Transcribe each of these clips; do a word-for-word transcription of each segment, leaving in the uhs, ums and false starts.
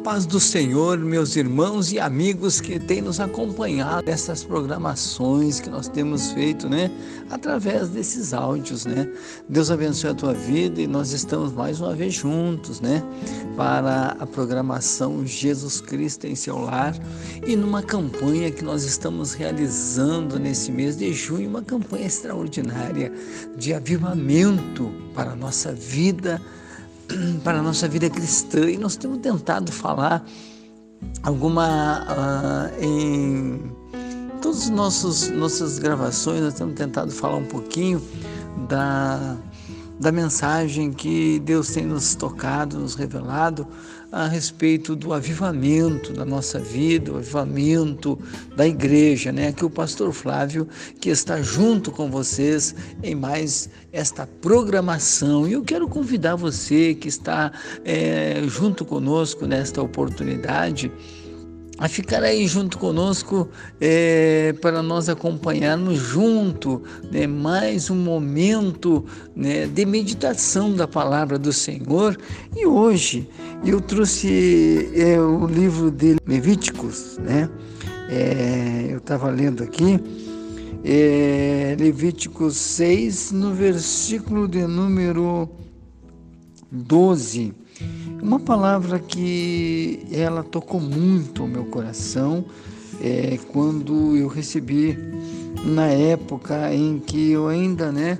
paz do Senhor, meus irmãos e amigos que têm nos acompanhado nessas programações que nós temos feito, né? Através desses áudios, né? Deus abençoe a tua vida e nós estamos mais uma vez juntos, né? Para a programação Jesus Cristo em seu lar e numa campanha que nós estamos realizando nesse mês de junho, uma campanha extraordinária de avivamento para a nossa vida, para a nossa vida cristã, e nós temos tentado falar alguma uh, em todas as nossos, nossas gravações, nós temos tentado falar um pouquinho da, da mensagem que Deus tem nos tocado, nos revelado a respeito do avivamento da nossa vida, o avivamento da igreja, né? Aqui o pastor Flávio, que está junto com vocês em mais esta programação. E eu quero convidar você que está é, junto conosco nesta oportunidade a ficar aí junto conosco é, para nós acompanharmos junto, né, mais um momento, né, de meditação da palavra do Senhor. E hoje eu trouxe é, o livro de Levíticos, né? É, eu estava lendo aqui, é, Levíticos seis, no versículo de número doze. Uma palavra que ela tocou muito o meu coração é, quando eu recebi, na época em que eu ainda, né,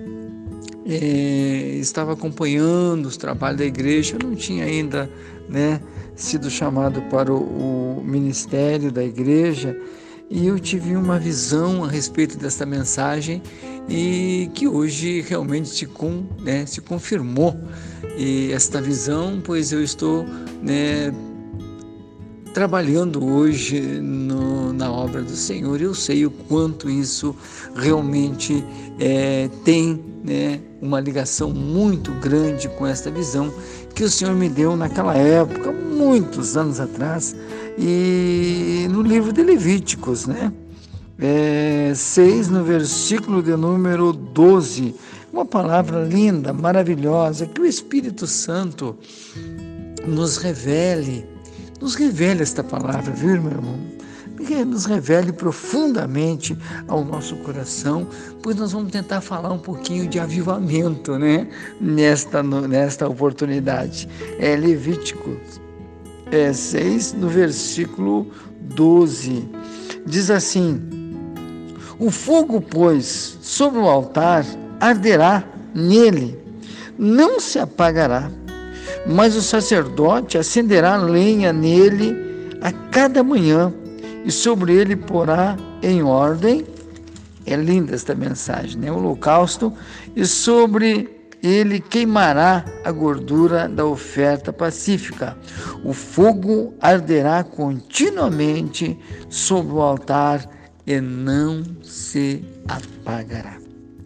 é, estava acompanhando os trabalhos da igreja. Eu não tinha ainda, né, sido chamado para o, o ministério da igreja, e eu tive uma visão a respeito dessa mensagem e que hoje realmente se, com, né, se confirmou. E esta visão, pois eu estou, né, trabalhando hoje no, na obra do Senhor. Eu sei o quanto isso realmente é, tem, né, uma ligação muito grande com esta visão que o Senhor me deu naquela época, muitos anos atrás, e no livro de Levíticos, né? É, seis, no versículo de número doze, uma palavra linda, maravilhosa, que o Espírito Santo nos revele, nos revele esta palavra, viu, meu irmão? Que nos revele profundamente ao nosso coração, pois nós vamos tentar falar um pouquinho de avivamento, né? Nesta, nesta oportunidade. É Levíticos é, seis, no versículo doze, diz assim: o fogo, pois, sobre o altar arderá nele, não se apagará, mas o sacerdote acenderá lenha nele a cada manhã, e sobre ele porá em ordem, é linda esta mensagem, né? O holocausto, e sobre ele queimará a gordura da oferta pacífica. O fogo arderá continuamente sobre o altar e não se apagará.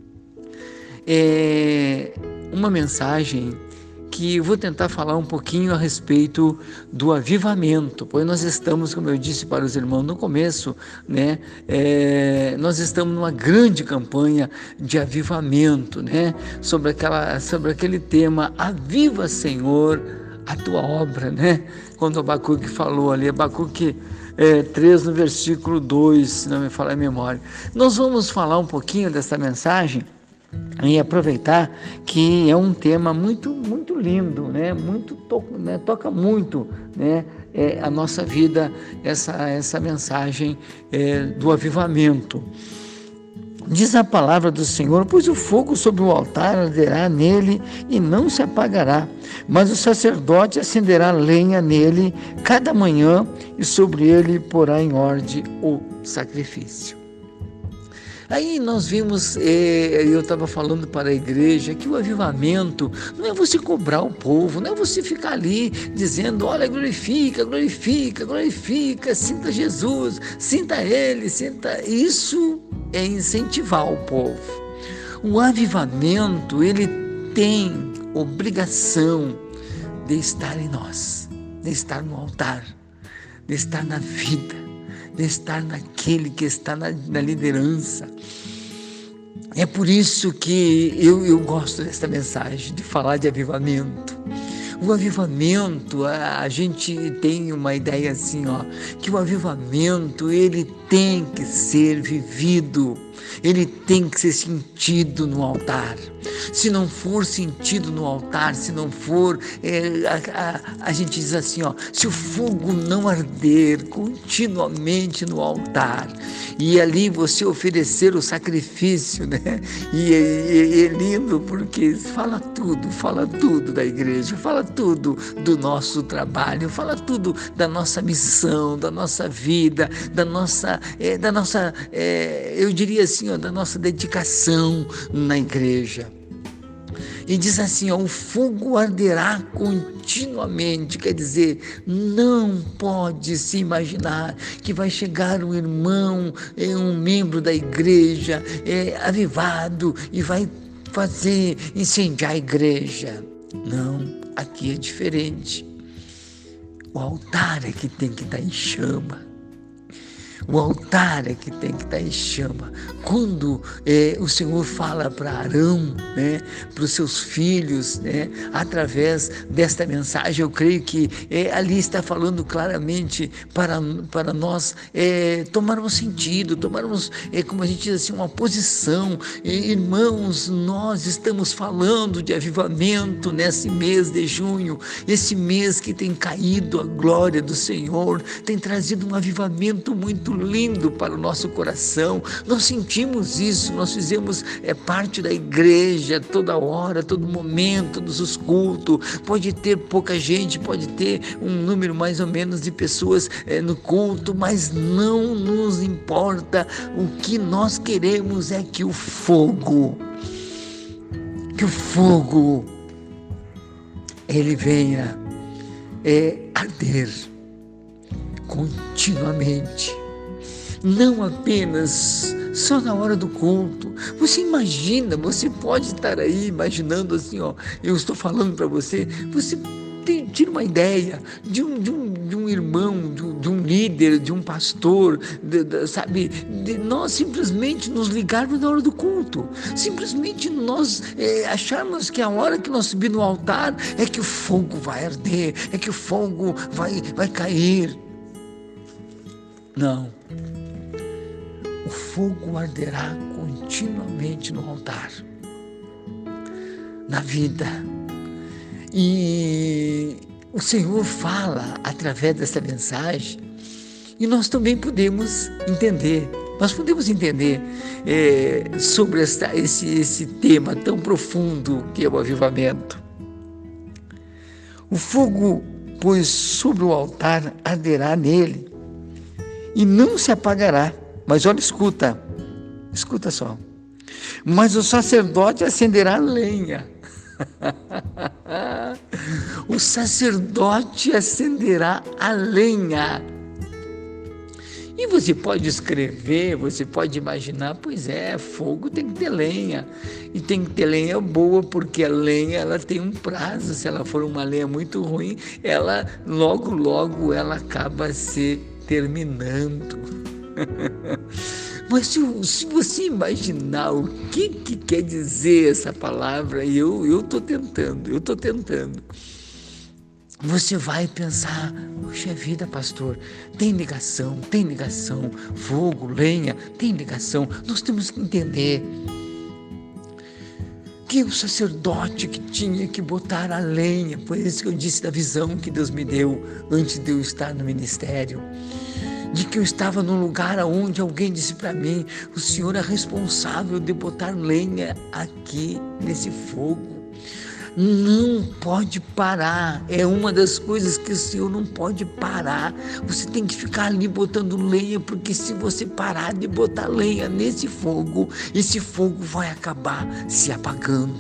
É uma mensagem que eu vou tentar falar um pouquinho a respeito do avivamento, pois nós estamos, como eu disse para os irmãos no começo, né, é, nós estamos numa grande campanha de avivamento, né, sobre, aquela, sobre aquele tema, aviva, Senhor, a tua obra, né, quando Abacuque falou ali, Abacuque é, três, no versículo dois, se não me falar a memória. Nós vamos falar um pouquinho dessa mensagem e aproveitar que é um tema muito, muito lindo, né? Muito to, né? Toca muito, né? É, a nossa vida, essa, essa mensagem é, do avivamento. Diz a palavra do Senhor: pois o fogo sobre o altar arderá nele e não se apagará, mas o sacerdote acenderá lenha nele cada manhã, e sobre ele porá em ordem o sacrifício. Aí nós vimos, eh, eu estava falando para a igreja, que o avivamento não é você cobrar o povo, não é você ficar ali dizendo, olha, glorifica, glorifica, glorifica, sinta Jesus, sinta Ele, sinta... Isso é incentivar o povo. O avivamento, ele tem obrigação de estar em nós, de estar no altar, de estar na vida, de estar naquele que está na, na liderança. É por isso que eu, eu gosto desta mensagem, de falar de avivamento, O avivamento, a, a gente tem uma ideia assim, ó, que o avivamento ele tem que ser vivido, ele tem que ser sentido no altar. Se não for sentido no altar, se não for, é, a, a, a gente diz assim, ó, se o fogo não arder continuamente no altar, e ali você oferecer o sacrifício, né? E é lindo porque fala tudo, fala tudo da igreja, fala tudo do nosso trabalho, fala tudo da nossa missão, da nossa vida, da nossa, é, da nossa é, eu diria assim, ó, da nossa dedicação na igreja. E diz assim, ó, o fogo arderá continuamente, quer dizer, não pode se imaginar que vai chegar um irmão, é, um membro da igreja, é, avivado, e vai fazer incendiar a igreja. Não, aqui é diferente. O altar é que tem que estar em chama. O altar é que tem que estar em chama. Quando é, o Senhor fala para Arão, né, para os seus filhos, né, através desta mensagem, eu creio que é, ali está falando claramente para, para nós é, tomarmos sentido, tomarmos, é, como a gente diz assim, uma posição. É, irmãos, nós estamos falando de avivamento nesse mês de junho, esse mês que tem caído a glória do Senhor, tem trazido um avivamento muito lindo para o nosso coração. Nós sentimos isso, nós fizemos é, parte da igreja toda hora, todo momento, todos os cultos. Pode ter pouca gente, pode ter um número mais ou menos de pessoas é, no culto, mas não nos importa. O que nós queremos é que o fogo, que o fogo, ele venha é, arder continuamente. Não apenas só na hora do culto. Você imagina, você pode estar aí imaginando assim, ó, eu estou falando para você, você tem, tira uma ideia de um, de um, de um irmão, de um, de um líder, de um pastor, de, de, sabe, de nós simplesmente nos ligarmos na hora do culto, simplesmente nós é, acharmos que a hora que nós subir no altar é que o fogo vai arder, é que o fogo vai, vai cair. Não. O fogo arderá continuamente no altar, na vida. E o Senhor fala através dessa mensagem, e nós também podemos entender, nós podemos entender é, sobre esta, esse, esse tema tão profundo que é o avivamento. O fogo, pois, sobre o altar arderá nele, e não se apagará. Mas olha, escuta, escuta só. Mas o sacerdote acenderá lenha. O sacerdote acenderá a lenha. E você pode escrever, você pode imaginar, pois é, fogo tem que ter lenha. E tem que ter lenha boa, porque a lenha ela tem um prazo. Se ela for uma lenha muito ruim, ela logo, logo ela acaba se terminando. Mas se, se você imaginar o que, que quer dizer essa palavra, e eu eu estou tentando, eu estou tentando, você vai pensar, poxa vida, pastor, tem ligação, tem ligação, fogo, lenha, tem ligação. Nós temos que entender que o sacerdote que tinha que botar a lenha, por isso que eu disse da visão que Deus me deu antes de eu estar no ministério, de que eu estava num lugar onde alguém disse para mim, o Senhor é responsável de botar lenha aqui nesse fogo. Não pode parar, é uma das coisas que o Senhor não pode parar. Você tem que ficar ali botando lenha, porque se você parar de botar lenha nesse fogo, esse fogo vai acabar se apagando.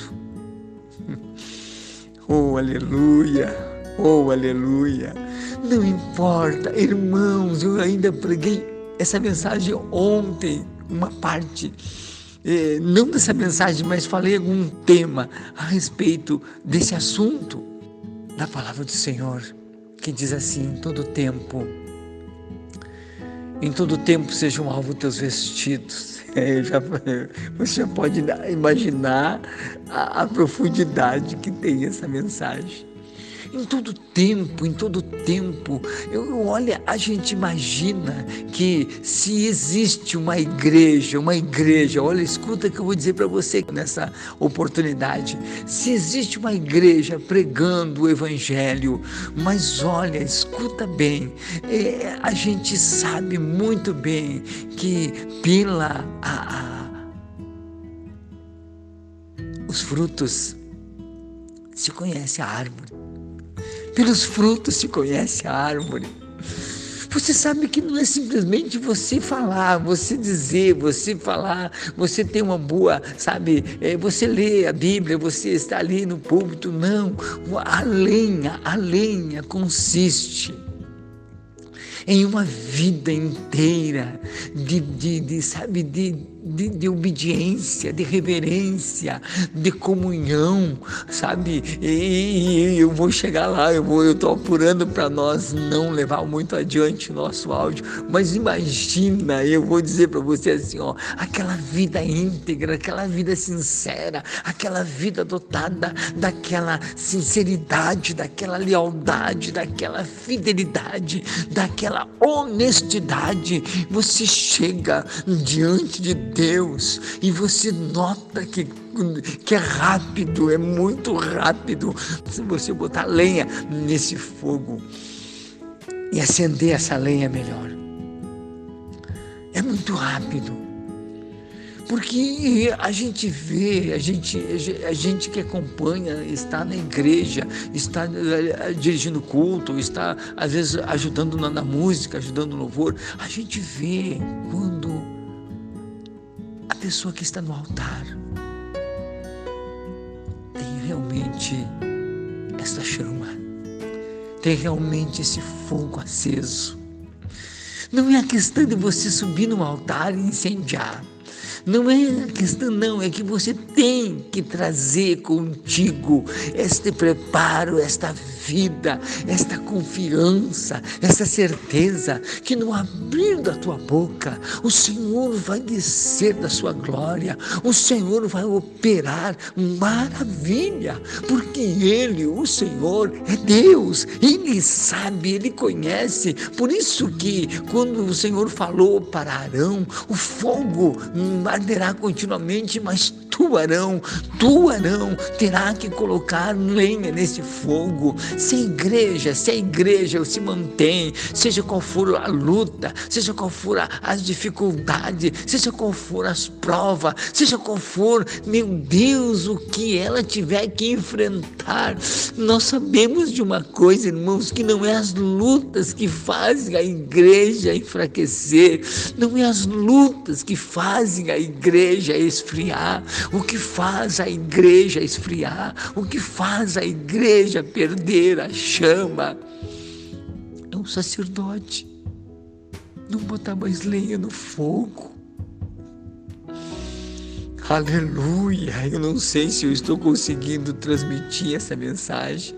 Oh, aleluia, oh, aleluia. Não importa, irmãos, eu ainda preguei essa mensagem ontem, uma parte, eh, não dessa mensagem, mas falei algum tema a respeito desse assunto da palavra do Senhor, que diz assim, em todo tempo, em todo tempo sejam alvo teus vestidos. É, já, você já pode imaginar a, a profundidade que tem essa mensagem. em todo tempo, em todo tempo, eu, olha, a gente imagina que se existe uma igreja, uma igreja, olha, escuta o que eu vou dizer para você nessa oportunidade, se existe uma igreja pregando o evangelho, mas olha, escuta bem, é, a gente sabe muito bem que pela a, a, os frutos se conhece a árvore. Pelos frutos se conhece a árvore. Você sabe que não é simplesmente você falar, você dizer, você falar, você ter uma boa, sabe, é, você lê a Bíblia, você está ali no púlpito, não. A lenha, a lenha consiste em uma vida inteira de, de, de sabe, de, de, de obediência, de reverência, de comunhão, sabe? E, e eu vou chegar lá, eu vou, eu estou apurando para nós não levar muito adiante o nosso áudio, mas imagina, eu vou dizer para você assim, ó, aquela vida íntegra, aquela vida sincera, aquela vida dotada daquela sinceridade, daquela lealdade, daquela fidelidade, daquela honestidade. Você chega diante de Deus e você nota que, que é rápido, é muito rápido. Se você botar lenha nesse fogo e acender essa lenha melhor, é muito rápido. Porque a gente vê, a gente, a gente que acompanha, está na igreja, está dirigindo culto, está às vezes ajudando na, na música, ajudando no louvor, a gente vê quando a pessoa que está no altar tem realmente essa chama, tem realmente esse fogo aceso. Não é a questão de você subir no altar e incendiar. Não é a questão, não, é que você tem que trazer contigo este preparo, esta vida, esta confiança, esta certeza que no abrir da tua boca, o Senhor vai descer da sua glória, o Senhor vai operar maravilha, porque Ele, o Senhor, é Deus, Ele sabe, Ele conhece. Por isso que quando o Senhor falou para Arão, o fogo arderá continuamente, mas tu, Arão, tu, Arão, terá que colocar lenha nesse fogo. Se a igreja, se a igreja se mantém, seja qual for a luta, seja qual for a, as dificuldades, seja qual for as provas, seja qual for, meu Deus, o que ela tiver que enfrentar, nós sabemos de uma coisa, irmãos, que não é as lutas que fazem a igreja enfraquecer, não é as lutas que fazem a igreja esfriar. O que faz a igreja esfriar, o que faz a igreja perder a chama, é um sacerdote não botar mais lenha no fogo. Aleluia! Eu não sei se eu estou conseguindo transmitir essa mensagem,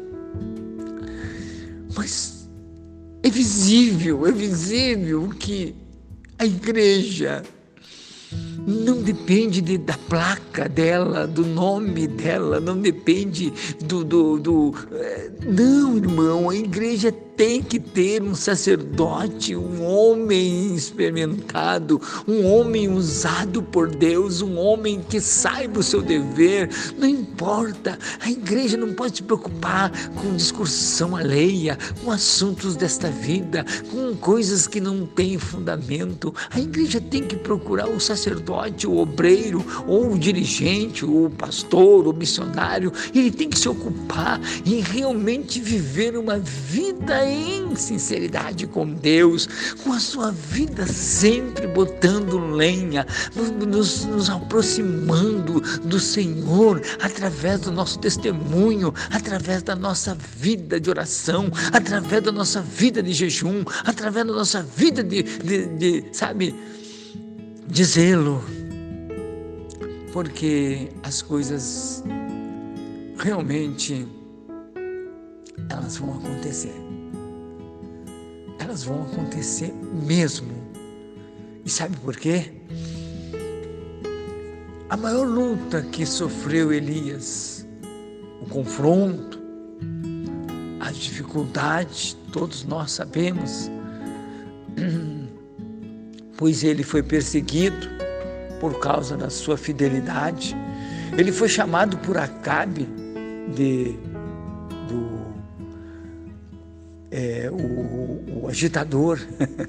mas é visível, é visível que a igreja não depende de, da placa dela, do nome dela, não depende do, do, do... Não, irmão, a igreja tem que ter um sacerdote, um homem experimentado, um homem usado por Deus, um homem que saiba o seu dever. Não importa, a igreja não pode se preocupar com discussão alheia, com assuntos desta vida, com coisas que não têm fundamento. A igreja tem que procurar o sacerdote, o obreiro, ou o dirigente, ou o pastor, o missionário. Ele tem que se ocupar em realmente viver uma vida em sinceridade com Deus, com a sua vida sempre botando lenha, nos, nos aproximando do Senhor através do nosso testemunho, através da nossa vida de oração, através da nossa vida de jejum, através da nossa vida de, de, de sabe, de zelo, porque as coisas realmente elas vão acontecer. Elas vão acontecer mesmo. E sabe por quê? A maior luta que sofreu Elias, o confronto, a as dificuldades, todos nós sabemos, pois ele foi perseguido por causa da sua fidelidade. Ele foi chamado por Acabe de do é, o, o agitador,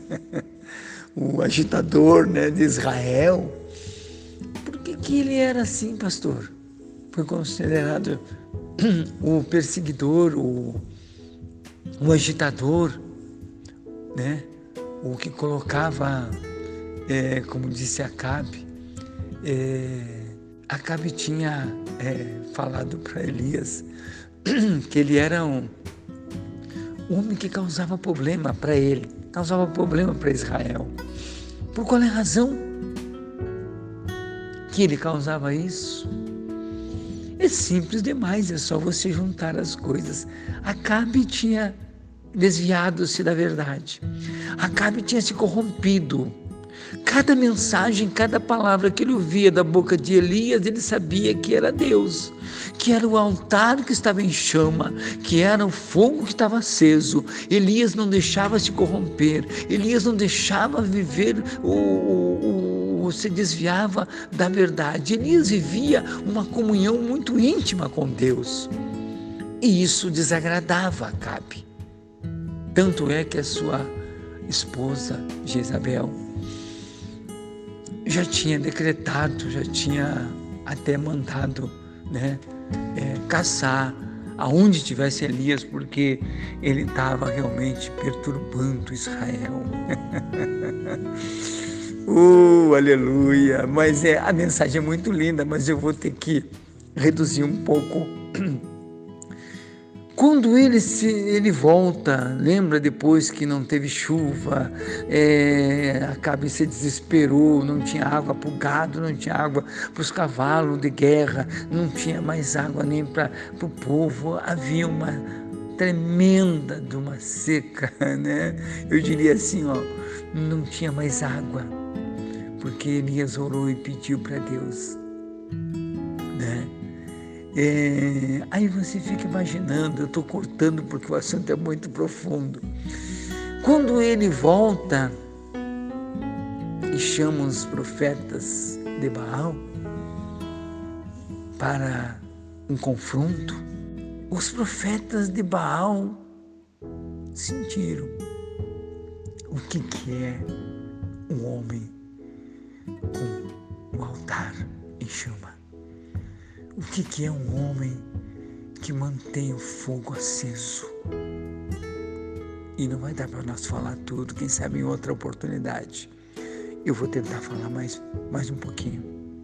o agitador, né, de Israel. Por que que ele era assim, pastor? Foi considerado o perseguidor, o, o agitador, né? O que colocava, é, como disse Acabe, é, Acabe tinha é, falado para Elias que ele era um homem que causava problema para ele, causava problema para Israel. Por qual é a razão que ele causava isso? É simples demais, é só você juntar as coisas. Acabe tinha desviado-se da verdade. Acabe tinha se corrompido. Cada mensagem, cada palavra que ele ouvia da boca de Elias, ele sabia que era Deus, que era o altar que estava em chama, que era o fogo que estava aceso. Elias não deixava se corromper, Elias não deixava viver o, o, o se desviava da verdade. Elias vivia uma comunhão muito íntima com Deus, e isso desagradava Acabe. Tanto é que a sua esposa Jezabel já tinha decretado, já tinha até mandado, né, é, caçar aonde tivesse Elias, porque ele estava realmente perturbando Israel. uh, aleluia! Mas é, a mensagem é muito linda, mas eu vou ter que reduzir um pouco. Quando ele, se, ele volta, lembra depois que não teve chuva, é, Acabe se desesperou, não tinha água para o gado, não tinha água para os cavalos de guerra, não tinha mais água nem para o povo, havia uma tremenda de uma seca, né? Eu diria assim, ó, não tinha mais água, porque Elias orou e pediu para Deus, né? É, aí você fica imaginando, eu estou cortando porque o assunto é muito profundo. Quando ele volta e chama os profetas de Baal para um confronto, os profetas de Baal sentiram o que, que é um homem com um altar em chama. O que, que é um homem que mantém o fogo aceso? E não vai dar para nós falar tudo, quem sabe em outra oportunidade. Eu vou tentar falar mais, mais um pouquinho.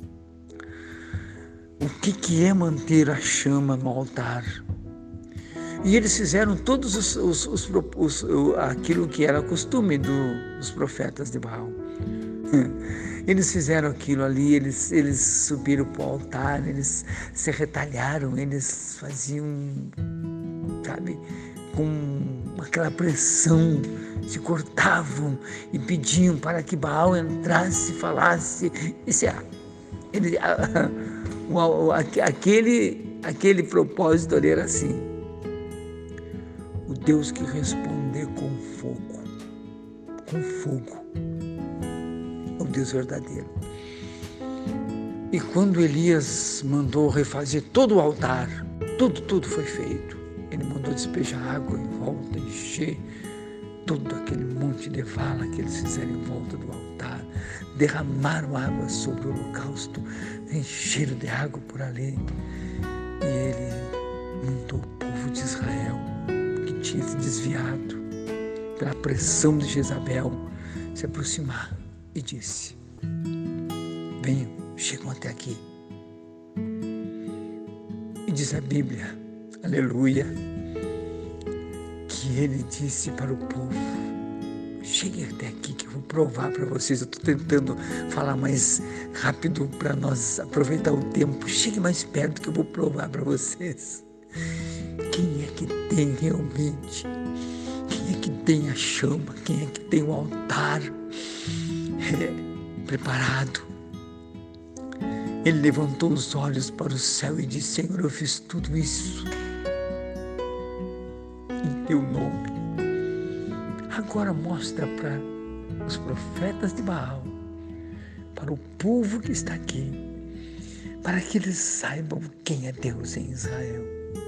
O que, que é manter a chama no altar? E eles fizeram todos os, os, os, os, os aquilo que era costume do, dos profetas de Baal. Eles fizeram aquilo ali, eles, eles subiram para o altar, eles se retalharam, eles faziam, sabe, com aquela pressão, se cortavam e pediam para que Baal entrasse, falasse. Esse, ele, a, o, aquele, aquele propósito ali era assim: o Deus que responder com fogo, com fogo, o Deus verdadeiro. E quando Elias mandou refazer todo o altar, tudo, tudo foi feito. Ele mandou despejar água em volta, encher todo aquele monte de vala que eles fizeram em volta do altar, derramaram água sobre o holocausto, encheram de água por ali. E ele mandou o povo de Israel, que tinha se desviado pela pressão de Jezabel, se aproximar. E disse: venham, chegam até aqui. E diz a Bíblia, aleluia, que ele disse para o povo: cheguem até aqui que eu vou provar para vocês. Eu estou tentando falar mais rápido para nós aproveitar o tempo. Cheguem mais perto que eu vou provar para vocês quem é que tem realmente, quem é que tem a chama, quem é que tem o altar É, preparado. Ele levantou os olhos para o céu e disse: Senhor, eu fiz tudo isso. E teu nome. Agora mostra para os profetas de Baal, para o povo que está aqui, para que eles saibam quem é Deus em Israel.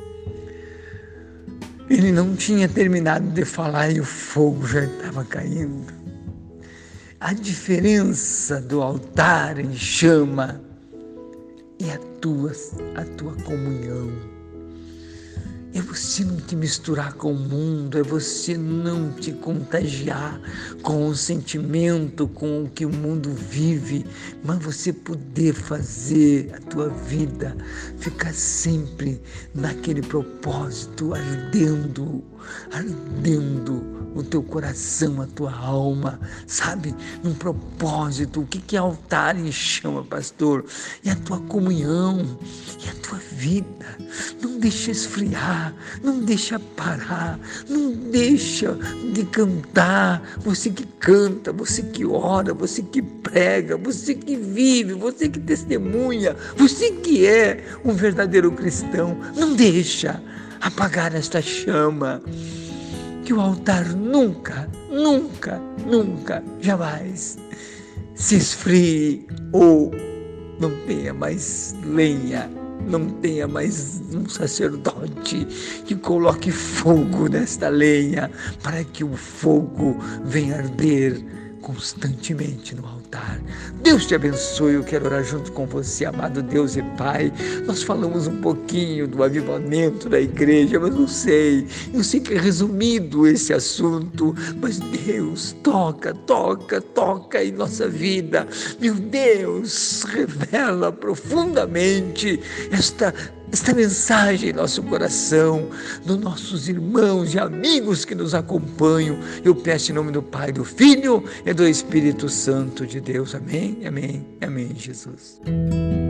Ele não tinha terminado de falar e o fogo já estava caindo. A diferença do altar em chama é a tua, a tua comunhão. É você não te misturar com o mundo, é você não te contagiar com o sentimento, com o que o mundo vive, mas você poder fazer a tua vida ficar sempre naquele propósito, ardendo, ardendo o teu coração, a tua alma, sabe? Num propósito. O que é altar em chama, pastor? É a tua comunhão, é a tua vida. Não deixa esfriar, não deixa parar, não deixa de cantar. Você que canta, você que ora, você que prega, você que vive, você que testemunha, você que é um verdadeiro cristão, não deixa apagar esta chama. Que o altar nunca, nunca, nunca, jamais se esfrie ou não tenha mais lenha, não tenha mais um sacerdote que coloque fogo nesta lenha para que o fogo venha arder constantemente no altar. Deus te abençoe. Eu quero orar junto com você, amado Deus e Pai. Nós falamos um pouquinho do avivamento da igreja, mas não sei, eu sei que é resumido esse assunto, mas Deus, toca, toca, toca em nossa vida. Meu Deus, revela profundamente esta esta mensagem em nosso coração, dos nossos irmãos e amigos que nos acompanham. Eu peço em nome do Pai, do Filho e do Espírito Santo de Deus. Amém, amém, amém, Jesus.